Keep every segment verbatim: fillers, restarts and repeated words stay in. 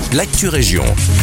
l'actu région.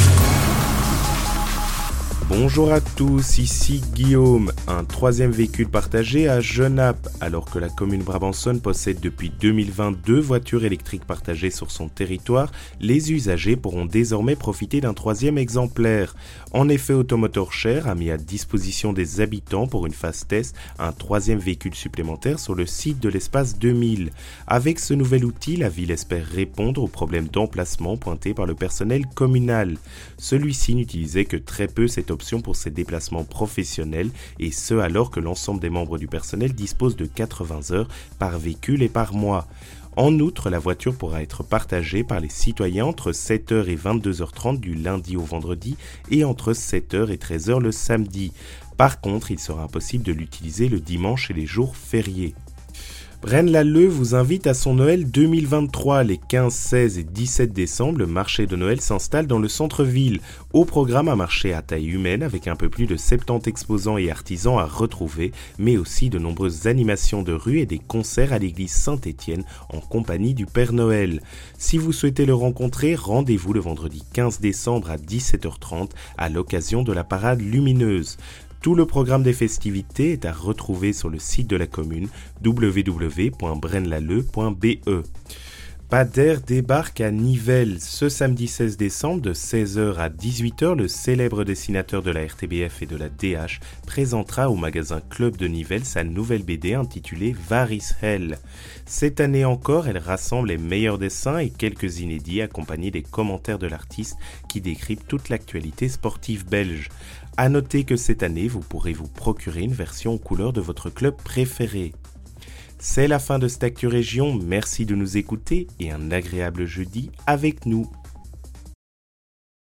Bonjour à tous, ici Guillaume. Un troisième véhicule partagé à Genappe. Alors que la commune brabançonne possède depuis deux mille vingt deux voitures électriques partagées sur son territoire, les usagers pourront désormais profiter d'un troisième exemplaire. En effet, Automotor Share a mis à disposition des habitants pour une phase test un troisième véhicule supplémentaire sur le site de l'espace deux mille. Avec ce nouvel outil, la ville espère répondre aux problèmes d'emplacement pointés par le personnel communal. Celui-ci n'utilisait que très peu cette option pour ses déplacements professionnels, et ce alors que l'ensemble des membres du personnel dispose de quatre-vingts heures par véhicule et par mois. En outre, la voiture pourra être partagée par les citoyens entre sept heures et vingt-deux heures trente du lundi au vendredi et entre sept heures et treize heures le samedi. Par contre, il sera impossible de l'utiliser le dimanche et les jours fériés. Braine-l'Alleud vous invite à son Noël deux mille vingt-trois. Les quinze, seize et dix-sept décembre, le marché de Noël s'installe dans le centre-ville. Au programme, un marché à taille humaine avec un peu plus de soixante-dix exposants et artisans à retrouver, mais aussi de nombreuses animations de rue et des concerts à l'église Saint-Étienne en compagnie du Père Noël. Si vous souhaitez le rencontrer, rendez-vous le vendredi quinze décembre à dix-sept heures trente à l'occasion de la parade lumineuse. Tout le programme des festivités est à retrouver sur le site de la commune w w w point braine lalleux point b e. Pader débarque à Nivelles. Ce samedi seize décembre de seize heures à dix-huit heures, le célèbre dessinateur de la R T B F et de la D H présentera au magasin Club de Nivelles sa nouvelle B D intitulée Varis Hell. Cette année encore, elle rassemble les meilleurs dessins et quelques inédits accompagnés des commentaires de l'artiste qui décryptent toute l'actualité sportive belge. À noter que cette année, vous pourrez vous procurer une version aux couleurs de votre club préféré. C'est la fin de cette Actu Région, merci de nous écouter et un agréable jeudi avec nous.